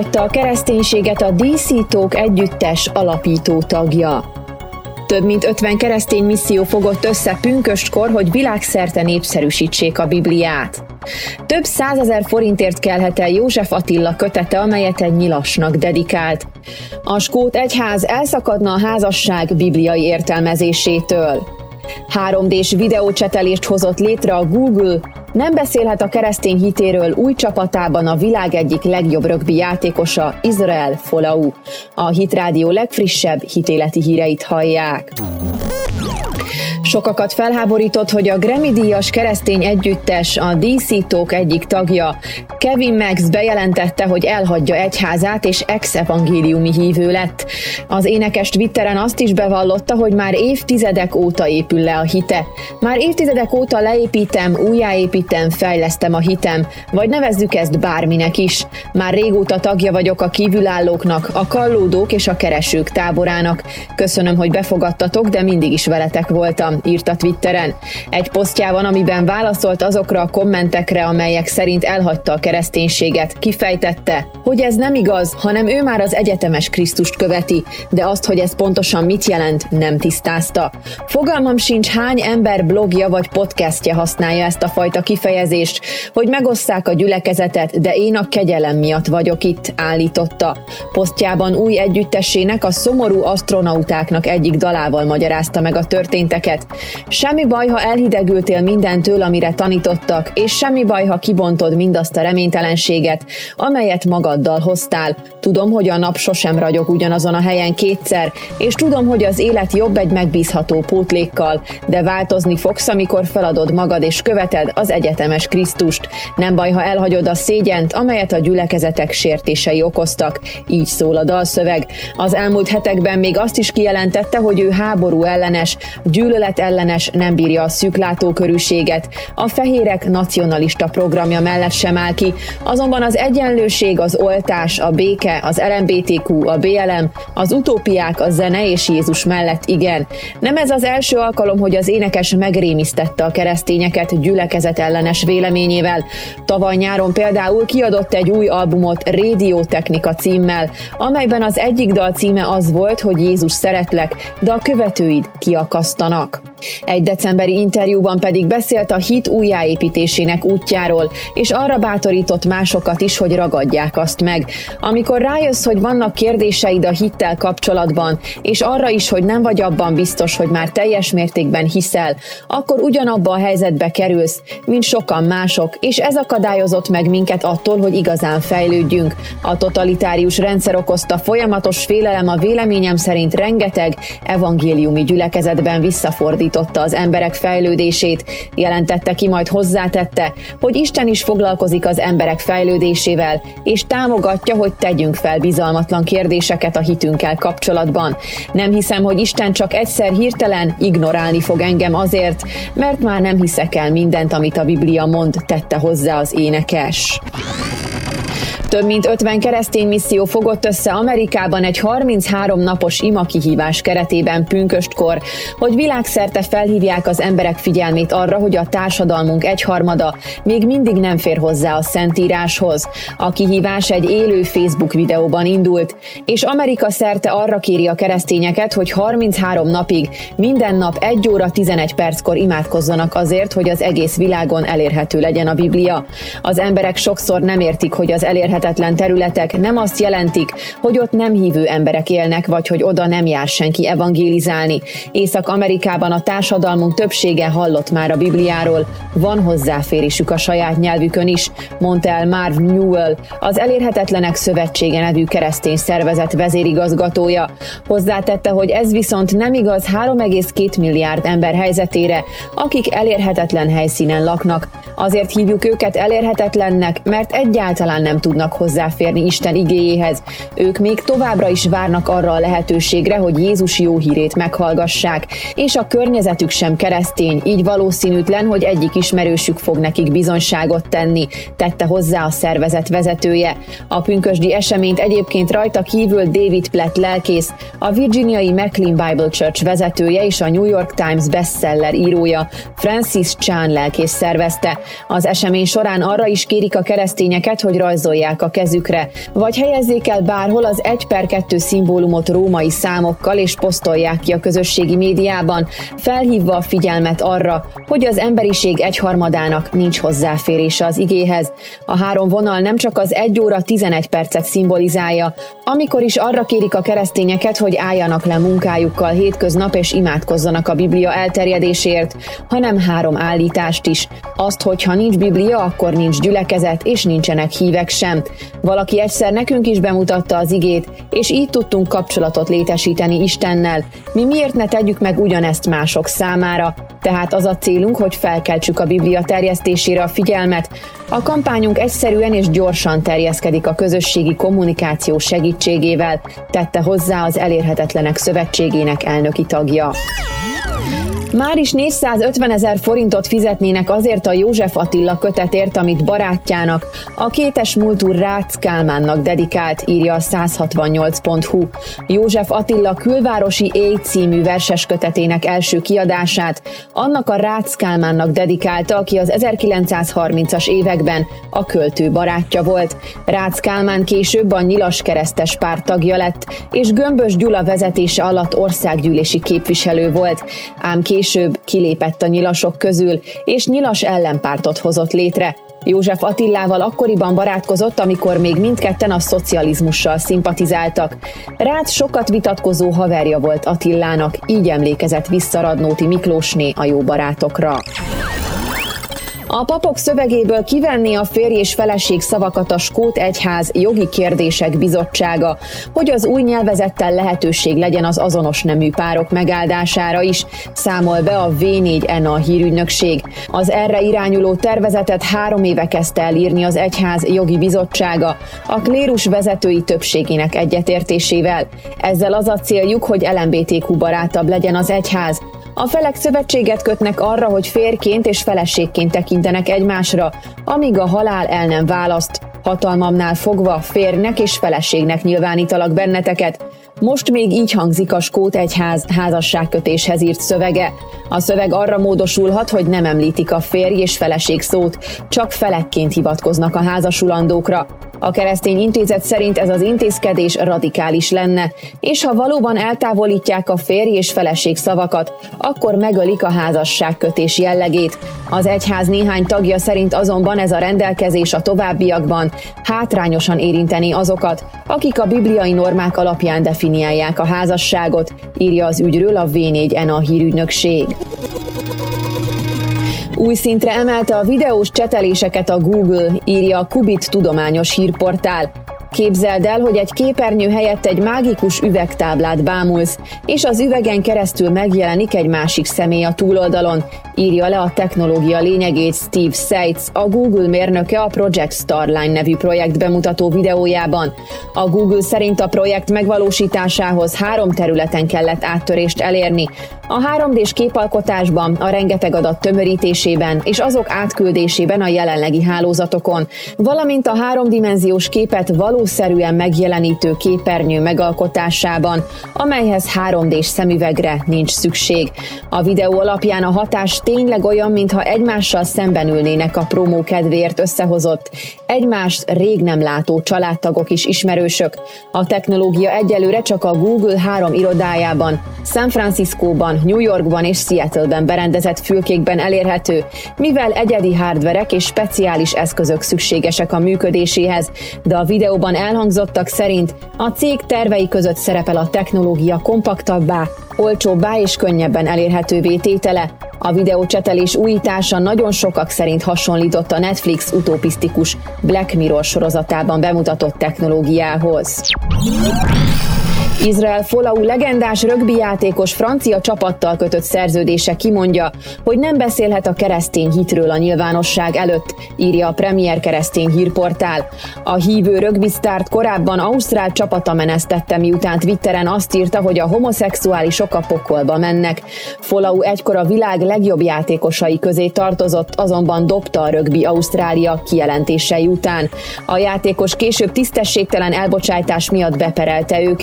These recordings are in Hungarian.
alapította a kereszténységet a díszítók együttes alapító tagja. Több mint 50 keresztény misszió fogott össze pünköstkor, hogy világszerte népszerűsítsék a Bibliát. Több 100 000 forintért kelhet el József Attila kötete, amelyet egy nyilasnak dedikált. A skót egyház elszakadna a házasság bibliai értelmezésétől. 3D-s videócsetelést hozott létre a Google, nem beszélhet a keresztény hitéről új csapatában a világ egyik legjobb rögbi játékosa, Israel Folau. A Hitrádió legfrissebb hitéleti híreit hallják. Sokakat felháborított, hogy a Grammy-díjas keresztény együttes, a díszítók egyik tagja, Kevin Max bejelentette, hogy elhagyja egyházát és ex-evangéliumi hívő lett. Az énekes Twitteren azt is bevallotta, hogy már évtizedek óta épül le a hite. Már évtizedek óta leépítem, újjáépítem, fejlesztem a hitem, vagy nevezzük ezt bárminek is. Már régóta tagja vagyok a kívülállóknak, a kallódók és a keresők táborának. Köszönöm, hogy befogadtatok, de mindig is veletek voltam, írta Twitteren. Egy posztjában, amiben válaszolt azokra a kommentekre, amelyek szerint elhagyta a kereszténységet, kifejtette, hogy ez nem igaz, hanem ő már az egyetemes Krisztust követi, de azt, hogy ez pontosan mit jelent, nem tisztázta. Fogalmam sincs, hány ember blogja vagy podcastje használja ezt a fajta kifejezést, hogy megosszák a gyülekezetet, de én a kegyelem miatt vagyok itt, állította. Posztjában új együttesének, a Szomorú asztronautáknak egyik dalával magyarázta meg a történteket. Semmi baj, ha elhidegültél mindentől, amire tanítottak, és semmi baj, ha kibontod mindazt a reménytelenséget, amelyet magaddal hoztál. Tudom, hogy a nap sosem ragyog ugyanazon a helyen kétszer, és tudom, hogy az élet jobb egy megbízható pótlékkal, de változni fogsz, amikor feladod magad és követed az egyetemes Krisztust. Nem baj, ha elhagyod a szégyent, amelyet a gyülekezetek sértései okoztak. Így szól a dalszöveg. Az elmúlt hetekben még azt is kijelentette, hogy ő háború ellenes, gyűlölet ellenes, nem bírja a szűklátókörűséget. A fehérek nacionalista programja mellett sem áll ki, azonban az egyenlőség, az oltás, a béke, az LMBTQ, a BLM, az utópiák, a zene és Jézus mellett igen. Nem ez az első alkalom, hogy az énekes megrémisztette a keresztényeket gyülekezet ellenes véleményével. Tavaly nyáron például kiadott egy új albumot Rádiótechnika címmel, amelyben az egyik dal címe az volt, hogy Jézus szeretlek, de a követőid kiakasztanak. Egy decemberi interjúban pedig beszélt a hit újjáépítésének útjáról, és arra bátorított másokat is, hogy ragadják azt meg. Amikor rájössz, hogy vannak kérdéseid a hittel kapcsolatban, és arra is, hogy nem vagy abban biztos, hogy már teljes mértékben hiszel, akkor ugyanabba a helyzetbe kerülsz, mint sokan mások, és ez akadályozott meg minket attól, hogy igazán fejlődjünk. A totalitárius rendszer okozta folyamatos félelem a véleményem szerint rengeteg evangéliumi gyülekezetben visszafordította az emberek fejlődését, jelentette ki, majd hozzátette, hogy Isten is foglalkozik az emberek fejlődésével, és támogatja, hogy tegyünk fel bizalmatlan kérdéseket a hitünkkel kapcsolatban. Nem hiszem, hogy Isten csak egyszer hirtelen ignorálni fog engem azért, mert már nem hiszek el mindent, amit a Biblia mond, tette hozzá az énekes. Több mint 50 keresztény misszió fogott össze Amerikában egy 33 napos imakihívás keretében pünköstkor, hogy világszerte felhívják az emberek figyelmét arra, hogy a társadalmunk egyharmada még mindig nem fér hozzá a Szentíráshoz. A kihívás egy élő Facebook videóban indult, és Amerika szerte arra kéri a keresztényeket, hogy 33 napig minden nap 1 óra 11 perckor imádkozzanak azért, hogy az egész világon elérhető legyen a Biblia. Az emberek sokszor nem értik, hogy az elérhetetlen területek nem azt jelentik, hogy ott nem hívő emberek élnek, vagy hogy oda nem jár senki evangélizálni. Észak-Amerikában a társadalmunk többsége hallott már a Bibliáról, van hozzáférésük a saját nyelvükön is, mondta el Marv Newell, az Elérhetetlenek Szövetsége nevű keresztény szervezet vezérigazgatója. Hozzátette, hogy ez viszont nem igaz 3,2 milliárd ember helyzetére, akik elérhetetlen helyszínen laknak. Azért hívjuk őket elérhetetlennek, mert egyáltalán nem tudnak hozzáférni Isten igéjéhez. Ők még továbbra is várnak arra a lehetőségre, hogy Jézus jó hírét meghallgassák, és a környezetük sem keresztény, így valószínűtlen, hogy egyik ismerősük fog nekik bizonyságot tenni, tette hozzá a szervezet vezetője. A pünkösdi eseményt egyébként rajta kívül David Platt lelkész, a virginiai McLean Bible Church vezetője és a New York Times bestseller írója, Francis Chan lelkész szervezte. Az esemény során arra is kérik a keresztényeket, hogy rajzolják adják a kezükre, vagy helyezzék el bárhol az 1/2 szimbólumot római számokkal és posztolják ki a közösségi médiában, felhívva a figyelmet arra, hogy az emberiség 1/3 nincs hozzáférése az igéhez. A 3 vonal nem csak az 1 óra 11 percet szimbolizálja, amikor is arra kérik a keresztényeket, hogy álljanak le munkájukkal hétköznap és imádkozzanak a Biblia elterjedésért, hanem 3 állítást is. Azt, hogy ha nincs Biblia, akkor nincs gyülekezet, és nincsenek hívek sem. Valaki egyszer nekünk is bemutatta az igét, és így tudtunk kapcsolatot létesíteni Istennel. Mi miért ne tegyük meg ugyanezt mások számára? Tehát az a célunk, hogy felkeltsük a Biblia terjesztésére a figyelmet. A kampányunk egyszerűen és gyorsan terjeszkedik a közösségi kommunikáció segítségével, tette hozzá az Elérhetetlenek Szövetségének elnöki tagja. Máris 450 000 forintot fizetnének azért a József Attila kötetért, amit barátjának, a kétes múltú Rácz Kálmánnak dedikált, írja a 168.hu. József Attila Külvárosi éj című verses kötetének első kiadását annak a Rácz Kálmánnak dedikálta, aki az 1930-as években a költő barátja volt. Rácz Kálmán később a Nyilas Keresztes Párt tagja lett, és Gömbös Gyula vezetése alatt országgyűlési képviselő volt, ám később kilépett a nyilasok közül, és nyilas ellenpártot hozott létre. József Attilával akkoriban barátkozott, amikor még mindketten a szocializmussal szimpatizáltak. Rácz sokat vitatkozó haverja volt Attilának, így emlékezett vissza Radnóti Miklósné a jó barátokra. A papok szövegéből kivenné a férj és feleség szavakat a Skót Egyház Jogi Kérdések Bizottsága, hogy az új nyelvezettel lehetőség legyen az azonos nemű párok megáldására is, számol be a V4NA hírügynökség. Az erre irányuló tervezetet 3 éve kezdte el írni az Egyház Jogi Bizottsága, a klérus vezetői többségének egyetértésével. Ezzel az a céljuk, hogy LMBTQ barátabb legyen az egyház. A felek szövetséget kötnek arra, hogy férjként és feleségként tekintenek egymásra, amíg a halál el nem választ. Hatalmamnál fogva férjnek és feleségnek nyilvánítalak benneteket. Most még így hangzik a Skót Egyház házasságkötéshez írt szövege. A szöveg arra módosulhat, hogy nem említik a férj és feleség szót, csak felekként hivatkoznak a házasulandókra. A Keresztény Intézet szerint ez az intézkedés radikális lenne, és ha valóban eltávolítják a férj és feleség szavakat, akkor megölik a házasságkötés jellegét. Az egyház néhány tagja szerint azonban ez a rendelkezés a továbbiakban hátrányosan érinteni azokat, akik a bibliai normák alapján definiálják a házasságot, írja az ügyről a V4NA hírügynökség. Új szintre emelte a videós cseteléseket a Google, írja a Qubit tudományos hírportál. Képzeld el, hogy egy képernyő helyett egy mágikus üvegtáblát bámulsz, és az üvegen keresztül megjelenik egy másik személy a túloldalon, írja le a technológia lényegét Steve Seitz, a Google mérnöke a Project Starline nevű projekt bemutató videójában. A Google szerint a projekt megvalósításához 3 területen kellett áttörést elérni. A 3D-s képalkotásban, a rengeteg adat tömörítésében és azok átküldésében a jelenlegi hálózatokon, valamint a 3-dimenziós képet valószerűen megjelenítő képernyő megalkotásában, amelyhez 3D-s szemüvegre nincs szükség. A videó alapján a hatás tényleg olyan, mintha egymással szemben ülnének a promó kedvéért összehozott, egymást rég nem látó családtagok is ismerősök. A technológia egyelőre csak a Google 3 irodájában, San Franciscóban, New Yorkban és Seattle-ben berendezett fülkékben elérhető, mivel egyedi hardverek és speciális eszközök szükségesek a működéséhez, de a videóban elhangzottak szerint a cég tervei között szerepel a technológia kompaktabbá, olcsóbbá és könnyebben elérhetővé tétele. A videócsetelés újítása nagyon sokak szerint hasonlított a Netflix utopisztikus Black Mirror sorozatában bemutatott technológiához. Izrael Folau legendás rögbijátékos francia csapattal kötött szerződése kimondja, hogy nem beszélhet a keresztény hitről a nyilvánosság előtt, írja a Premier keresztény hírportál. A hívő rögbisztárt korábban ausztrál csapata menesztette, miután Twitteren azt írta, hogy a homoszexuálisok a pokolba mennek. Folau egykor a világ legjobb játékosai közé tartozott, azonban dobta a rögbi Ausztrália kijelentései után. A játékos később tisztességtelen elbocsájtás miatt beperelte őket.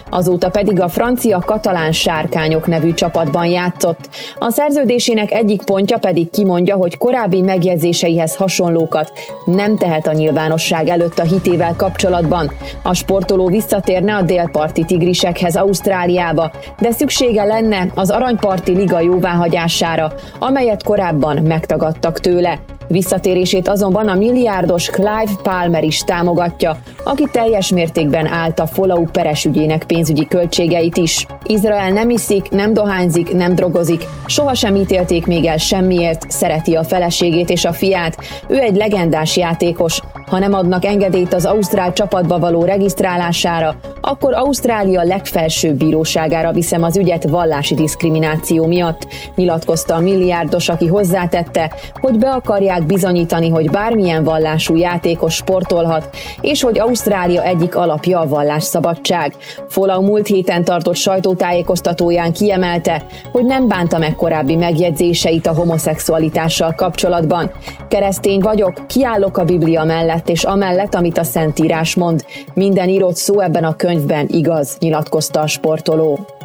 Azóta pedig a francia katalán sárkányok nevű csapatban játszott. A szerződésének egyik pontja pedig kimondja, hogy korábbi megjegyzéseihez hasonlókat nem tehet a nyilvánosság előtt a hitével kapcsolatban. A sportoló visszatérne a délparti tigrisekhez Ausztráliába, de szüksége lenne az Aranyparti Liga jóváhagyására, amelyet korábban megtagadtak tőle. Visszatérését azonban a milliárdos Clive Palmer is támogatja, aki teljes mértékben állta Folau peres ügyének pénzügyi költségeit is. Izrael nem iszik, nem dohányzik, nem drogozik, sohasem ítélték még el semmiért, szereti a feleségét és a fiát, ő egy legendás játékos. Ha nem adnak engedélyt az ausztrál csapatba való regisztrálására, akkor Ausztrália legfelsőbb bíróságára viszem az ügyet vallási diszkrimináció miatt, nyilatkozta a milliárdos, aki hozzátette, hogy be akarják bizonyítani, hogy bármilyen vallású játékos sportolhat, és hogy Ausztrália egyik alapja a vallásszabadság. Folau múlt héten tartott sajtótájékoztatóján kiemelte, hogy nem bánta meg korábbi megjegyzéseit a homoszexualitással kapcsolatban. Keresztény vagyok, kiállok a Biblia mellett és amellett, amit a Szentírás mond. Minden írott szó ebben a könyvben igaz, nyilatkozta a sportoló.